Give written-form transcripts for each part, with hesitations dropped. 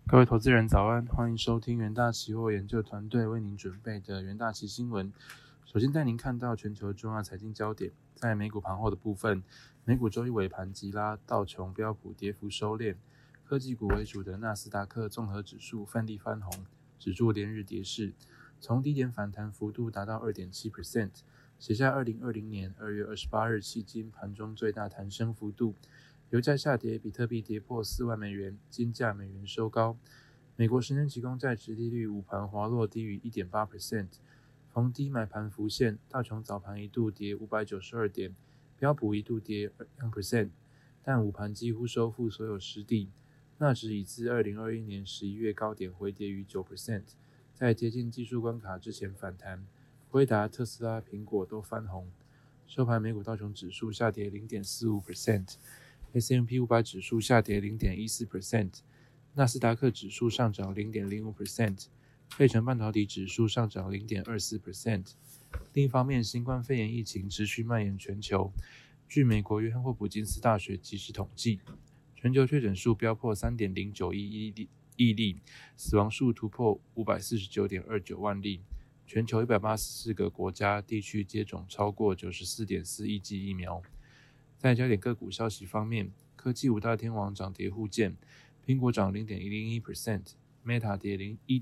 各位投资人早安，欢迎收听元大期货研究团队为您准备的元大期新闻。首先带您看到全球重要财经焦点。在美股盘后的部分，美股周一尾盘急拉，道琼标普跌幅收敛，科技股为主的纳斯达克综合指数泛力翻红，指数连日跌势，从低点反弹幅度达到 2.7%， 写下2020年2月28日迄今盘中最大弹升幅度。油价下跌，比特币跌破4万美元，金价美元收高。美国10年期公债殖利率午盘滑落低于 1.8%， 逢低买盘浮现，道琼早盘一度跌592点，标普一度跌 2%， 但午盘几乎收复所有失地。纳指已自2021年11月高点回跌逾 9%， 在接近技术关卡之前反弹，辉达、特斯拉、苹果都翻红。收盘美股道琼指数下跌 0.45%，S&P 500指数下跌 0.14%， 纳斯达克指数上涨 0.05%， 费城半导体指数上涨 0.24%。 另一方面，新冠肺炎疫情持续蔓延全球。据美国约翰霍普金斯大学即时统计，全球确诊数飙破 3.091 亿例，死亡数突破 549.29 万例。全球184个国家地区接种超过 94.4 亿剂疫苗。在焦点个股消息方面，科技五大天王涨跌互见，苹果涨 0.101%， Meta 跌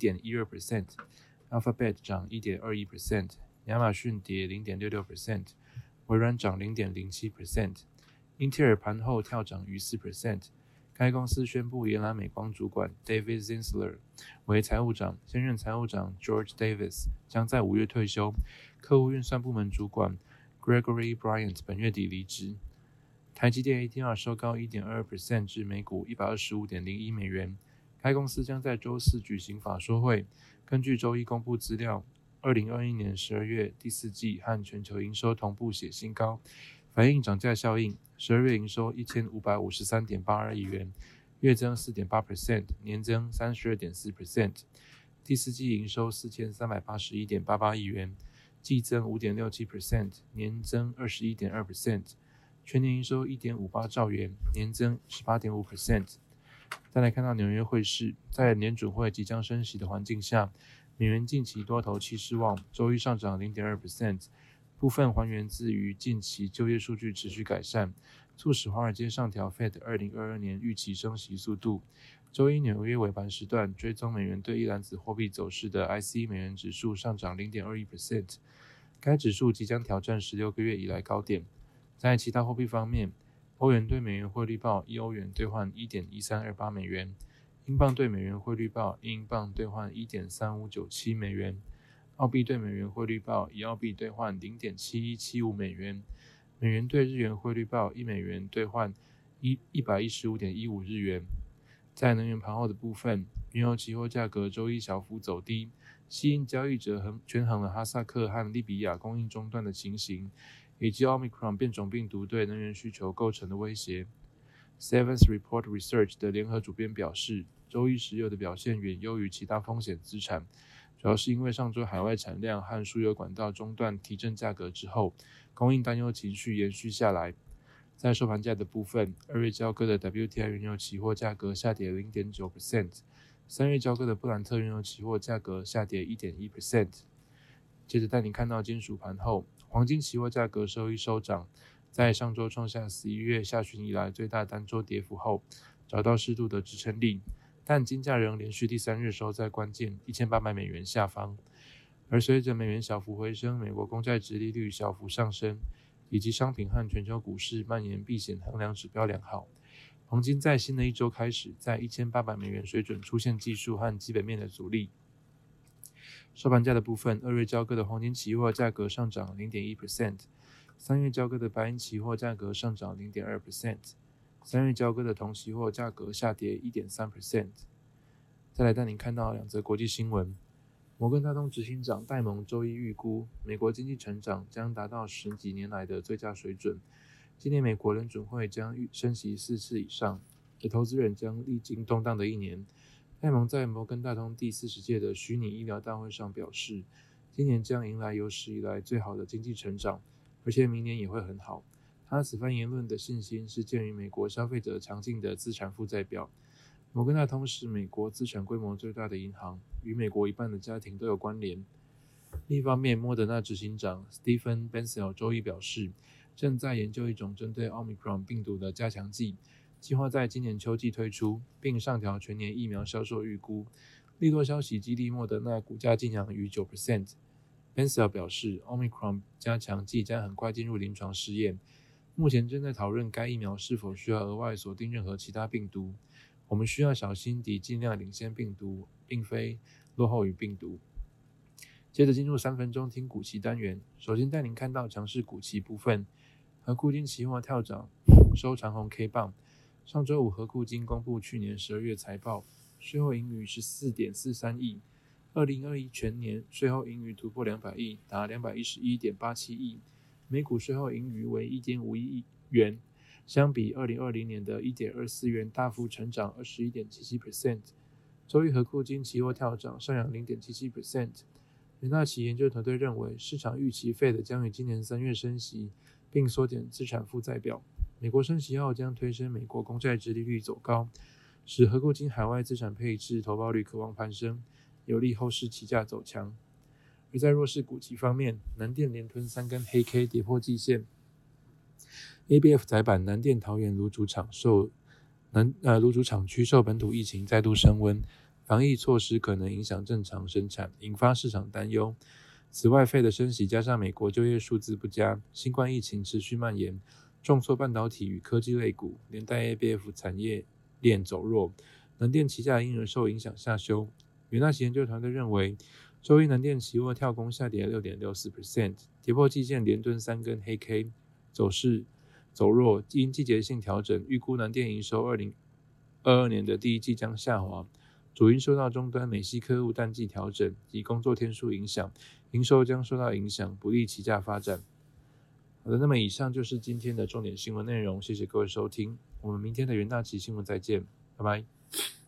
1.12%， Alphabet 涨 1.21%， 亚马逊跌 0.66%， 微软涨 0.07%， 英特尔盘后跳涨逾 4%。 该公司宣布延揽美光主管 David Zinsler 为财务长，现任财务长 George Davis 将在5月退休，客户运算部门主管 Gregory Bryant 本月底离职。台积电 ADR 收高 1.22% 至每股 125.01 美元。该公司将在周四举行法说会，根据周一公布资料，2021年12月第四季和全球营收同步写新高，反映涨价效应。12月营收 1553.82 亿元，月增 4.8%， 年增 32.4%。第四季营收 4381.88 亿元，季增 5.67%， 年增 21.2%。全年营收 1.58 兆元，年增 18.5%。 再来看到纽约汇市，在联准会即将升息的环境下，美元近期多头气势旺，周一上涨 0.2%， 部分还原自于近期就业数据持续改善，促使华尔街上调 Fed 2022年预期升息速度。周一纽约尾盘时段，追踪美元对一篮子货币走势的 ICE 美元指数上涨 0.21%， 该指数即将挑战16个月以来高点。在其他货币方面，欧元对美元汇率报1欧元兑换 1.1328 美元，英镑对美元汇率报1英镑兑换 1.3597 美元，澳币对美元汇率报1澳币兑换 0.7175 美元，美元对日元汇率报1美元兑换 115.15 日元。在能源盘后的部分，原油期货价格周一小幅走低，吸引交易者权衡了哈萨克和利比亚供应中断的情形，以及 Omicron 变种病毒对能源需求构成的威胁。Sevens Report Research 的联合主编表示，周一石油的表现远优于其他风险资产，主要是因为上周海外产量和输油管道中断提振价格之后，供应担忧情绪延续下来。在收盘价的部分，2月交割的 WTI 原油期货价格下跌 0.9%， 3月交割的布兰特原油期货价格下跌 1.1%。 接着带您看到金属盘后，黄金期货价格周一收涨，在上周创下11月下旬以来最大单周跌幅后，找到适度的支撑力，但金价仍连续第3日收在关键1800美元下方。而随着美元小幅回升，美国公债殖利率小幅上升，以及商品和全球股市蔓延避险衡量指标良好，黄金在新的一周开始在1800美元水准出现技术和基本面的阻力。收盘价的部分，2月交割的黄金期货价格上涨 0.1%， 3月交割的白银期货价格上涨 0.2%， 3月交割的铜期货价格下跌 1.3%。 再来带您看到两则国际新闻。摩根大通执行长戴蒙周一预估，美国经济成长将达到10几年来的最佳水准，今年美国联准会将升息4次以上，而投资人将历经动荡的一年。戴蒙在摩根大通第40届的虚拟医疗大会上表示，今年将迎来有史以来最好的经济成长，而且明年也会很好。他此番言论的信心是鉴于美国消费者强劲的资产负债表。 摩根大通是美国资产规模最大的银行，与美国一半的家庭都有关联。另一方面，莫德纳执行长 Stephen Bancel 周一表示，正在研究一种针对 Omicron 病毒的加强剂，计划在今年秋季推出，并上调全年疫苗销售预估。利多消息激励莫德纳股价晋扬逾 9%。Bancel 表示 ，Omicron 加强剂将很快进入临床试验，目前正在讨论该疫苗是否需要额外锁定任何其他病毒。我们需要小心地尽量领先病毒，并非落后于病毒。接着进入3分钟听股期单元，首先带您看到强势股期部分。合库金期货跳涨，收长红 K 棒。上周五合库金公布去年12月财报，税后盈余 14.43 亿，2021全年税后盈余突破200亿，达 211.87 亿，每股税后盈余为 1.51 亿元，相比2020年的 1.24 元大幅成长 21.77%。周一合库金期货跳涨，上扬 0.77%。元大期研究团队认为，市场预期 Fed 将于今年3月升息，并缩减资产负债表。美国升息后将推升美国公债殖利率走高，使合库金海外资产配置投报率可望攀升，有利后市期价走强。而在弱势股期方面，南电连吞3根黑 K 跌破季线。ABF 载板南电桃园炉主厂区受本土疫情再度升温，防疫措施可能影响正常生产，引发市场担忧。此外，Fed的升息加上美国就业数字不佳，新冠疫情持续蔓延，重挫半导体与科技类股，连带 ABF 产业链走弱，南电期价因而受影响下修。元大期研究团队认为，周一南电期货跳空下跌 6.64%， 跌破季线连蹲3根黑 K， 走势走弱，因季节性调整，预估南电营收2022年的第一季将下滑，主因受到终端美系客户淡季调整及工作天数影响，营收将受到影响，不利期价发展。好的，那么以上就是今天的重点新闻内容，谢谢各位收听，我们明天的元大期新闻再见，拜拜。